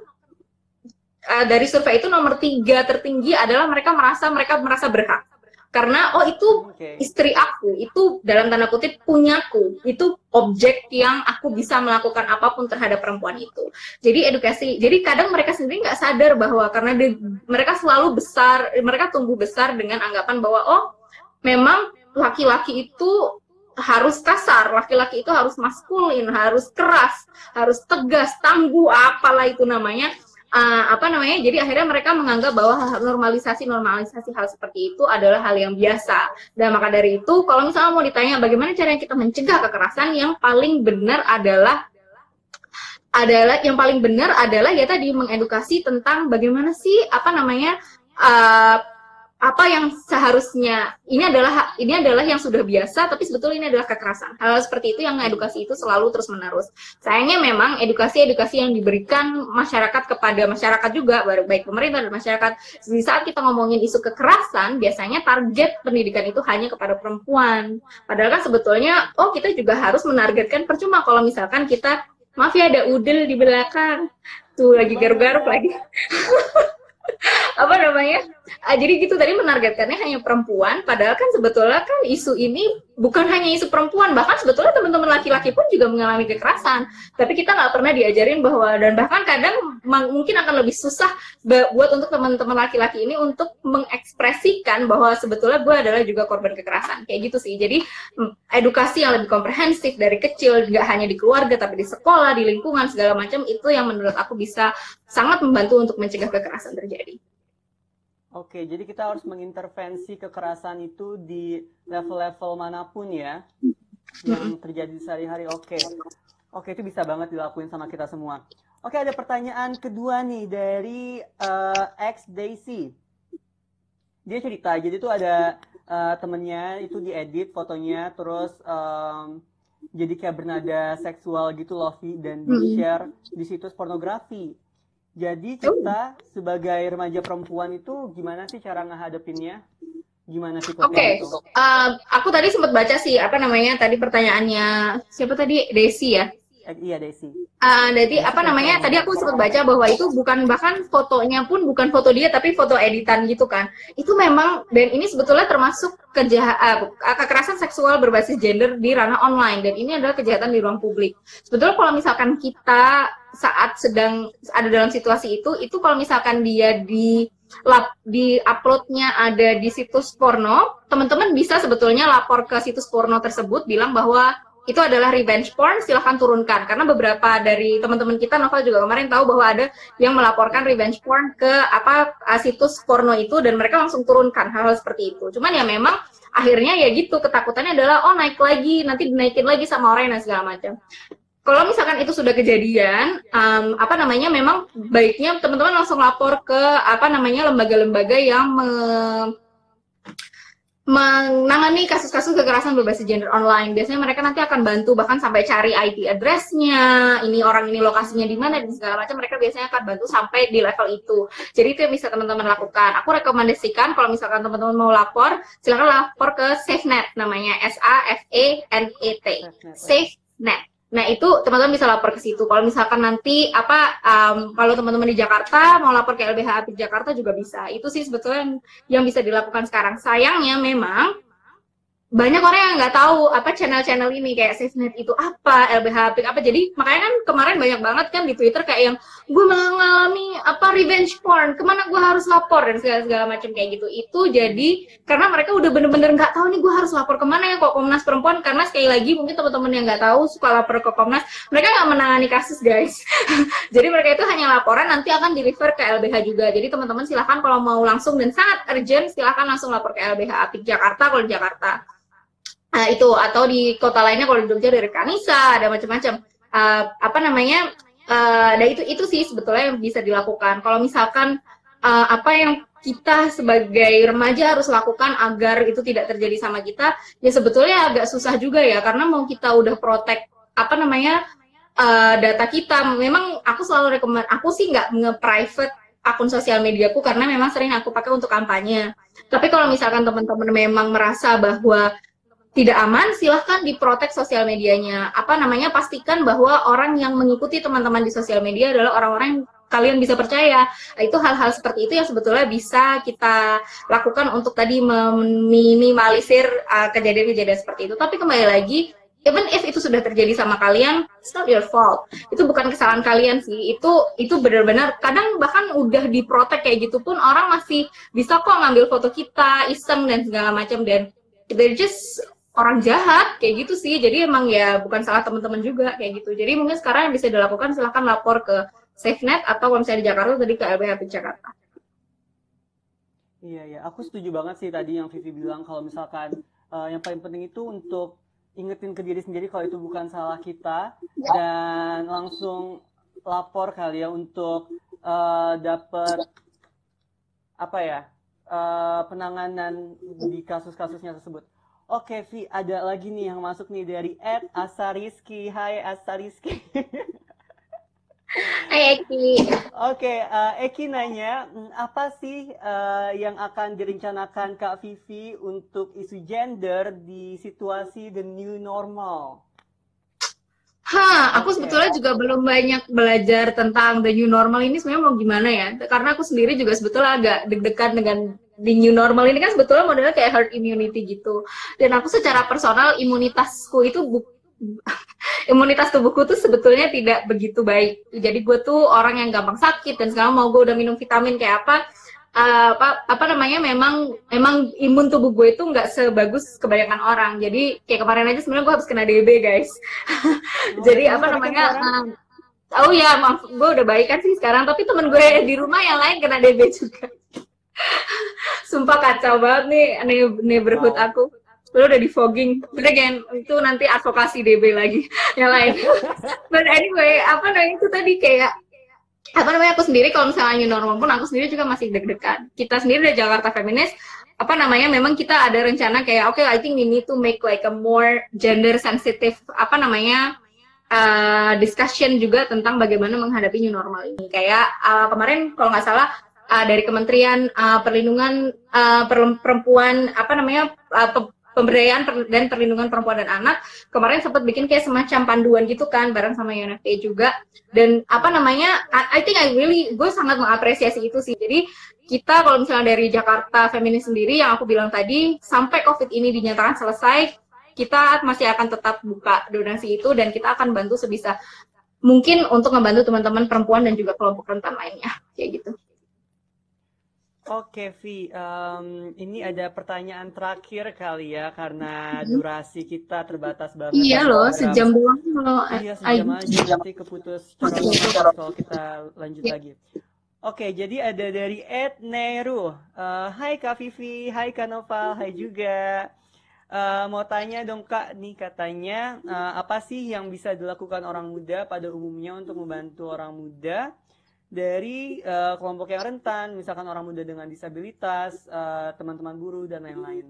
dari survei itu nomor 3 tertinggi adalah mereka merasa berhak. Karena itu istri aku, itu dalam tanda kutip punyaku, itu objek yang aku bisa melakukan apapun terhadap perempuan itu. Jadi edukasi, jadi kadang mereka sendiri nggak sadar bahwa karena mereka selalu besar, mereka tumbuh besar dengan anggapan bahwa memang laki-laki itu harus kasar, laki-laki itu harus maskulin, harus keras, harus tegas, tangguh, apalah itu namanya. Jadi akhirnya mereka menganggap bahwa normalisasi hal seperti itu adalah hal yang biasa. Dan maka dari itu, kalau misalnya mau ditanya bagaimana caranya kita mencegah kekerasan, yang paling benar adalah ya tadi mengedukasi tentang bagaimana sih apa yang seharusnya ini adalah yang sudah biasa, tapi sebetulnya ini adalah kekerasan. Hal seperti itu yang edukasi itu selalu terus menerus. Sayangnya memang edukasi yang diberikan masyarakat kepada masyarakat juga, baik pemerintah dan masyarakat. Di saat kita ngomongin isu kekerasan, biasanya target pendidikan itu hanya kepada perempuan. Padahal kan sebetulnya kita juga harus menargetkan, percuma kalau misalkan kita, maaf ya ada udel di belakang tuh lagi garuk-garuk lagi. Jadi gitu, tadi menargetkannya hanya perempuan, padahal kan sebetulnya kan isu ini bukan hanya isu perempuan, bahkan sebetulnya teman-teman laki-laki pun juga mengalami kekerasan, tapi kita nggak pernah diajarin bahwa, dan bahkan kadang mungkin akan lebih susah buat untuk teman-teman laki-laki ini untuk mengekspresikan bahwa sebetulnya gue adalah juga korban kekerasan, kayak gitu sih. Jadi edukasi yang lebih komprehensif dari kecil, nggak hanya di keluarga tapi di sekolah, di lingkungan segala macam, itu yang menurut aku bisa sangat membantu untuk mencegah kekerasan terjadi. Oke, jadi kita harus mengintervensi kekerasan itu di level-level manapun ya, yang terjadi sehari-hari. Oke, itu bisa banget dilakuin sama kita semua. Oke, ada pertanyaan kedua nih dari X Daisy. Dia cerita, jadi tuh ada temennya itu diedit fotonya, terus jadi kayak bernada seksual gitu, lovey, dan di-share di situs pornografi. Jadi kita sebagai remaja perempuan itu gimana sih cara ngehadapinnya? Gimana sih? Oke, aku tadi sempat baca sih tadi pertanyaannya siapa tadi, Desi ya? Iya, Desi. Jadi tadi aku sempat baca bahwa itu bahkan fotonya pun bukan foto dia tapi foto editan gitu kan. Itu memang, dan ini sebetulnya termasuk kekerasan seksual berbasis gender di ranah online, dan ini adalah kejahatan di ruang publik. Sebetulnya kalau misalkan kita saat sedang ada dalam situasi itu kalau misalkan dia di uploadnya ada di situs porno, teman-teman bisa sebetulnya lapor ke situs porno tersebut, bilang bahwa itu adalah revenge porn, silahkan turunkan. Karena beberapa dari teman-teman kita, Novel juga kemarin tahu bahwa ada yang melaporkan revenge porn ke situs porno itu, dan mereka langsung turunkan hal-hal seperti itu. Cuman ya memang akhirnya ya gitu, ketakutannya adalah naik lagi, nanti dinaikin lagi sama orang dan segala macam. Kalau misalkan itu sudah kejadian, memang baiknya teman-teman langsung lapor ke lembaga-lembaga yang menangani kasus-kasus kekerasan berbasis gender online. Biasanya mereka nanti akan bantu, bahkan sampai cari IP address-nya, orang ini lokasinya di mana, dan segala macam. Mereka biasanya akan bantu sampai di level itu. Jadi itu yang bisa teman-teman lakukan. Aku rekomendasikan kalau misalkan teman-teman mau lapor, silakan lapor ke SafeNet, namanya SAFENET, SafeNet. Nah, itu teman-teman bisa lapor ke situ. Kalau misalkan nanti kalau teman-teman di Jakarta mau lapor ke LBH Apik Jakarta juga bisa. Itu sih sebetulnya yang bisa dilakukan sekarang. Sayangnya memang banyak orang yang nggak tahu channel-channel ini, kayak SafeNet itu apa, LBH Apik apa. Jadi makanya kan kemarin banyak banget kan di Twitter kayak yang gue mengalami revenge porn, kemana gue harus lapor dan segala macam kayak gitu. Itu jadi karena mereka udah bener-bener nggak tahu nih gue harus lapor kemana ya, kok Komnas Perempuan. Karena sekali lagi mungkin teman-teman yang nggak tahu suka lapor ke Komnas, mereka nggak menangani kasus guys. Jadi mereka itu hanya laporan, nanti akan di-refer ke LBH juga. Jadi teman-teman silahkan kalau mau langsung dan sangat urgent, silahkan langsung lapor ke LBH Apik Jakarta kalau di Jakarta. Itu, atau di kota lainnya kalau di Jogja dari Kanisa, ada macam-macam. Dan itu sih sebetulnya yang bisa dilakukan. Kalau misalkan apa yang kita sebagai remaja harus lakukan agar itu tidak terjadi sama kita, ya sebetulnya agak susah juga ya, karena mau kita udah protect data kita. Memang aku selalu aku sih nggak nge-private akun sosial mediaku karena memang sering aku pakai untuk kampanye. Tapi kalau misalkan teman-teman memang merasa bahwa tidak aman, silahkan diprotek sosial medianya. Pastikan bahwa orang yang mengikuti teman-teman di sosial media adalah orang-orang yang kalian bisa percaya. Itu hal-hal seperti itu yang sebetulnya bisa kita lakukan untuk tadi meminimalisir kejadian-kejadian seperti itu. Tapi kembali lagi, even if itu sudah terjadi sama kalian, it's not your fault. Itu bukan kesalahan kalian sih. Itu benar-benar kadang bahkan udah diprotek kayak gitu pun orang masih bisa kok ngambil foto kita, iseng dan segala macam, dan they're just orang jahat kayak gitu sih. Jadi emang ya bukan salah teman-teman juga kayak gitu. Jadi mungkin sekarang yang bisa dilakukan silahkan lapor ke SafeNet atau kalau misalnya di Jakarta tadi ke LBH Jakarta. Iya, ya, aku setuju banget sih tadi yang Vivi bilang kalau misalkan yang paling penting itu untuk ingetin ke diri sendiri kalau itu bukan salah kita dan langsung lapor kali ya untuk dapat apa ya penanganan di kasus-kasusnya tersebut. Oke, Vi, ada lagi nih yang masuk nih dari @asariski. Hai Asariski. Hai Eki. Oke, Eki nanya, apa sih yang akan direncanakan Kak Vivi untuk isu gender di situasi the new normal? Aku sebetulnya juga belum banyak belajar tentang the new normal ini sebenarnya mau gimana ya. Karena aku sendiri juga sebetulnya agak deg-degan dengan the new normal ini kan sebetulnya modelnya kayak herd immunity gitu. Dan aku secara personal imunitasku itu imunitas tubuhku tuh sebetulnya tidak begitu baik. Jadi gue tuh orang yang gampang sakit dan sekarang mau gue udah minum vitamin kayak apa namanya memang imun tubuh gue itu nggak sebagus kebanyakan orang. Jadi kayak kemarin aja sebenarnya gue habis kena DB guys. Jadi apa namanya oh ya maaf gue udah baik kan sih sekarang tapi temen gue di rumah yang lain kena DB juga. Sumpah kacau banget nih neighborhood aku. Lu udah di fogging, but again itu nanti advokasi DB lagi yang lain. But anyway, apa namanya itu tadi kayak apa namanya aku sendiri kalau misalnya new normal pun aku sendiri juga masih deg-degan. Kita sendiri dari Jakarta Feminis apa namanya memang kita ada rencana kayak okay, I think we need to make like a more gender sensitive apa namanya discussion juga tentang bagaimana menghadapi new normal ini. Kayak kemarin kalau nggak salah dari Kementerian Perlindungan Perempuan apa namanya Pemberdayaan dan Perlindungan Perempuan dan Anak kemarin sempat bikin kayak semacam panduan gitu kan bareng sama UNFPA juga dan apa namanya I think gue sangat mengapresiasi itu sih. Jadi kita kalau misalnya dari Jakarta Feminis sendiri yang aku bilang tadi sampai COVID ini dinyatakan selesai kita masih akan tetap buka donasi itu dan kita akan bantu sebisa mungkin untuk membantu teman-teman perempuan dan juga kelompok rentan lainnya kayak gitu. Oke, Vi, ini ada pertanyaan terakhir kali ya, karena durasi kita terbatas banget. Iya loh, sejam doang loh. Iya, sejam aja, nanti keputus kalau kita lanjut lagi. Oke, jadi ada dari @neru. Hai Kak Vivi, hai Kak Noval, hai juga. Mau tanya dong Kak, nih katanya, apa sih yang bisa dilakukan orang muda pada umumnya untuk membantu orang muda dari kelompok yang rentan, misalkan orang muda dengan disabilitas, teman-teman buruh, dan lain-lain.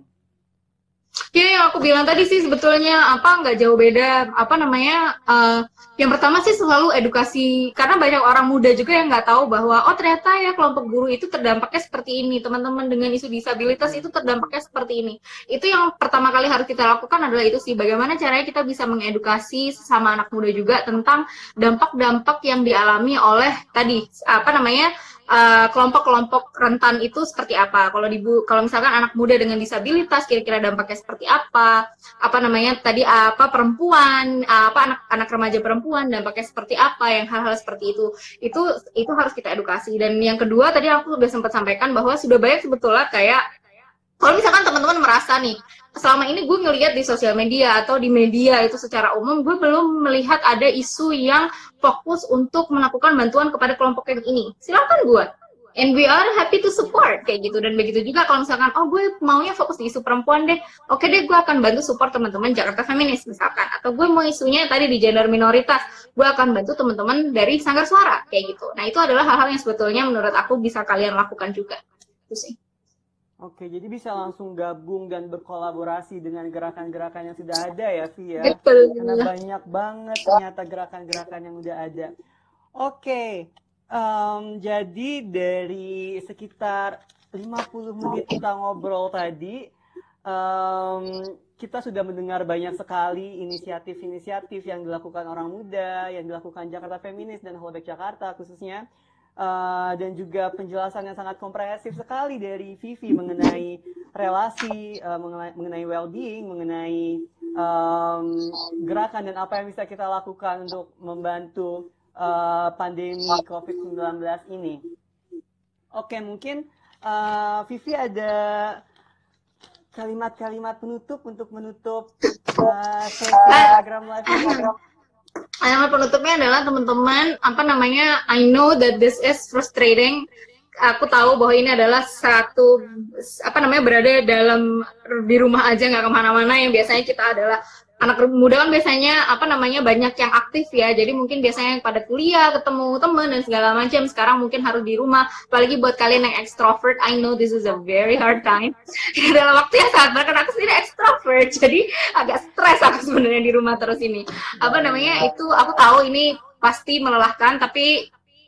Ya, yang aku bilang tadi sih sebetulnya nggak jauh beda apa namanya yang pertama sih selalu edukasi karena banyak orang muda juga yang nggak tahu bahwa oh ternyata ya kelompok buruh itu terdampaknya seperti ini, teman-teman dengan isu disabilitas itu terdampaknya seperti ini. Itu yang pertama kali harus kita lakukan adalah itu sih bagaimana caranya kita bisa mengedukasi sesama anak muda juga tentang dampak-dampak yang dialami oleh tadi apa namanya kelompok-kelompok rentan itu seperti apa. Kalau misalkan anak muda dengan disabilitas kira-kira dampaknya seperti apa namanya tadi perempuan anak remaja perempuan dampaknya seperti apa yang hal-hal seperti itu harus kita edukasi. Dan yang kedua tadi aku sudah sempat sampaikan bahwa sudah banyak sebetulnya kayak kalau misalkan teman-teman merasa nih selama ini gue ngelihat di sosial media atau di media itu secara umum gue belum melihat ada isu yang fokus untuk melakukan bantuan kepada kelompok yang ini, silakan gue and we are happy to support kayak gitu. Dan begitu juga kalau misalkan oh gue maunya fokus di isu perempuan deh, oke deh gue akan bantu support teman-teman Jakarta Feminis misalkan, atau gue mau isunya tadi di gender minoritas, gue akan bantu teman-teman dari Sanggar Suara kayak gitu. Nah itu adalah hal-hal yang sebetulnya menurut aku bisa kalian lakukan juga itu sih. Oke, jadi bisa langsung gabung dan berkolaborasi dengan gerakan-gerakan yang sudah ada ya, Vi ya. Betul. Karena banyak banget ternyata gerakan-gerakan yang udah ada. Oke, jadi dari sekitar 50 menit kita ngobrol tadi, kita sudah mendengar banyak sekali inisiatif-inisiatif yang dilakukan orang muda, yang dilakukan Jakarta Feminis dan Hallback Jakarta khususnya. Dan juga penjelasan yang sangat komprehensif sekali dari Vivi mengenai relasi, mengenai well-being, mengenai gerakan dan apa yang bisa kita lakukan untuk membantu pandemi COVID-19 ini. Oke, mungkin Vivi ada kalimat-kalimat penutup untuk menutup sesi Instagram Live ini? Kalimat penutupnya adalah teman-teman, apa namanya, I know that this is frustrating. Aku tahu bahwa ini adalah satu, apa namanya, berada di rumah aja nggak kemana-mana, yang biasanya kita adalah anak muda kan biasanya apa namanya banyak yang aktif ya, jadi mungkin biasanya pada kuliah, ketemu teman dan segala macam. Sekarang mungkin harus di rumah, apalagi buat kalian yang extrovert, I know this is a very hard time. Dalam waktu yang sangat berat, karena aku sendiri extrovert, jadi agak stres aku sebenarnya di rumah terus ini. Apa namanya itu, aku tahu ini pasti melelahkan, tapi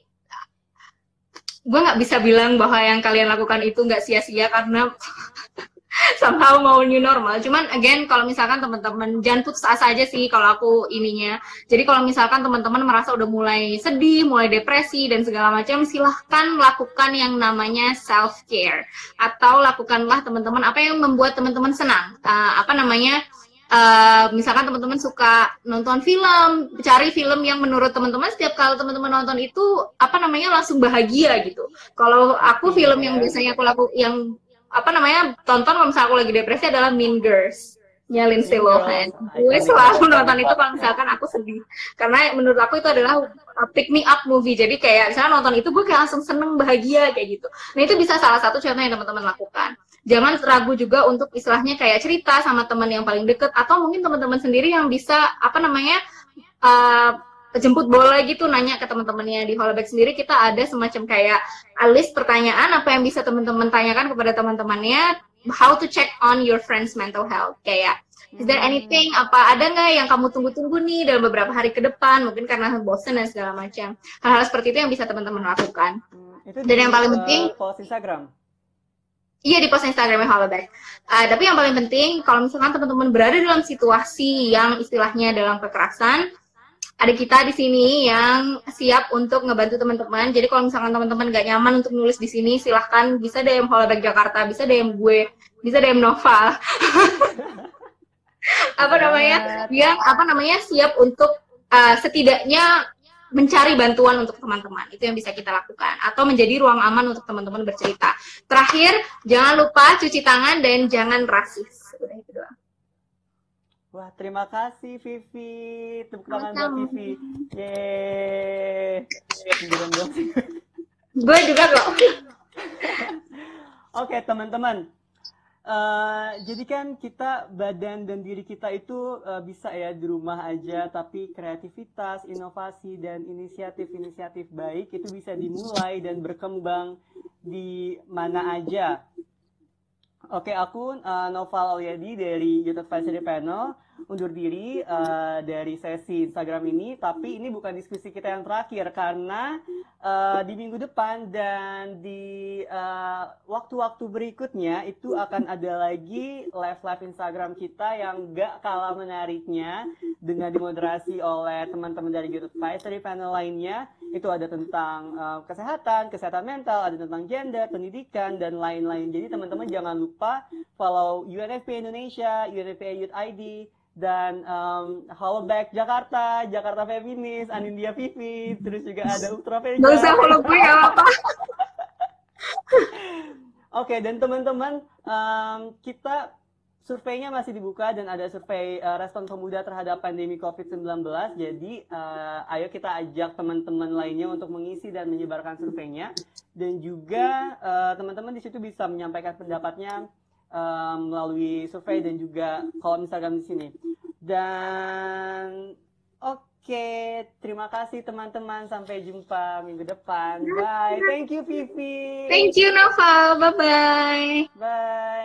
gue nggak bisa bilang bahwa yang kalian lakukan itu nggak sia-sia karena somehow mau new normal. Cuman again, kalau misalkan teman-teman jangan putus asa aja sih kalau aku ininya. Jadi kalau misalkan teman-teman merasa udah mulai sedih, mulai depresi dan segala macam, silahkan lakukan yang namanya self care, atau lakukanlah teman-teman apa yang membuat teman-teman senang. Apa namanya? Misalkan teman-teman suka nonton film, cari film yang menurut teman-teman setiap kali teman-teman nonton itu apa namanya langsung bahagia gitu. Kalau aku film yang biasanya aku yang apa namanya tonton kalau misalnya aku lagi depresi adalah Mean Girls nya Lindsay Lohan. Gue selalu nonton itu kalau misalkan aku sedih, karena menurut aku itu adalah pick me up movie. Jadi kayak misalnya nonton itu gue kayak langsung seneng, bahagia kayak gitu. Nah itu bisa salah satu contoh yang teman-teman lakukan. Jangan ragu juga untuk istilahnya kayak cerita sama teman yang paling deket, atau mungkin teman-teman sendiri yang bisa apa namanya jemput bola gitu, nanya ke teman-temannya. Di Hollaback sendiri kita ada semacam kayak list pertanyaan apa yang bisa teman-teman tanyakan kepada teman-temannya, how to check on your friend's mental health. Kayak is there anything, apa ada nggak yang kamu tunggu-tunggu nih dalam beberapa hari ke depan, mungkin karena bosan dan segala macam. Hal-hal seperti itu yang bisa teman-teman lakukan. Dan yang paling penting post Instagram. Iya, di post Instagramnya Hollaback. Tapi yang paling penting, kalau misalkan teman-teman berada dalam situasi yang istilahnya dalam kekerasan, ada kita di sini yang siap untuk ngebantu teman-teman. Jadi kalau misalkan teman-teman nggak nyaman untuk nulis di sini, silahkan bisa DM Hollaback Jakarta, bisa DM gue, bisa DM Noval. Apa namanya? Yang apa namanya siap untuk setidaknya mencari bantuan untuk teman-teman. Itu yang bisa kita lakukan, atau menjadi ruang aman untuk teman-teman bercerita. Terakhir, jangan lupa cuci tangan dan jangan rasis. Udah itu doang. Wah, terima kasih Vivi. Tepuk tangan buat Vivi. Yeay. Gue juga kok. Oke, teman-teman. Jadi kan kita, badan dan diri kita itu bisa ya di rumah aja, tapi kreativitas, inovasi, dan inisiatif-inisiatif baik itu bisa dimulai dan berkembang di mana aja. Oke, aku Noval Auliadi dari Youth Advisory Panel undur diri dari sesi Instagram ini, tapi ini bukan diskusi kita yang terakhir, karena di minggu depan dan di waktu-waktu berikutnya itu akan ada lagi live Instagram kita yang gak kalah menariknya, dengan dimoderasi oleh teman-teman dari Youth Advisory Panel lainnya. Itu ada tentang kesehatan mental, ada tentang gender, pendidikan, dan lain-lain. Jadi teman-teman jangan lupa follow UNFPA Indonesia, UNFPA Youth ID, dan Hollaback Jakarta, Jakarta Feminis, Anindya Vivi, terus juga ada Ultra Vega. Gak usah follow gue, gak apa-apa. Oke, dan teman-teman, kita surveinya masih dibuka dan ada survei respon pemuda terhadap pandemi COVID-19. Jadi ayo kita ajak teman-teman lainnya untuk mengisi dan menyebarkan surveinya. Dan juga teman-teman di situ bisa menyampaikan pendapatnya melalui survei dan juga kolom Instagram di sini. Dan oke, terima kasih teman-teman. Sampai jumpa minggu depan. Bye. Thank you Vivi. Thank you Noval. Bye-bye. Bye.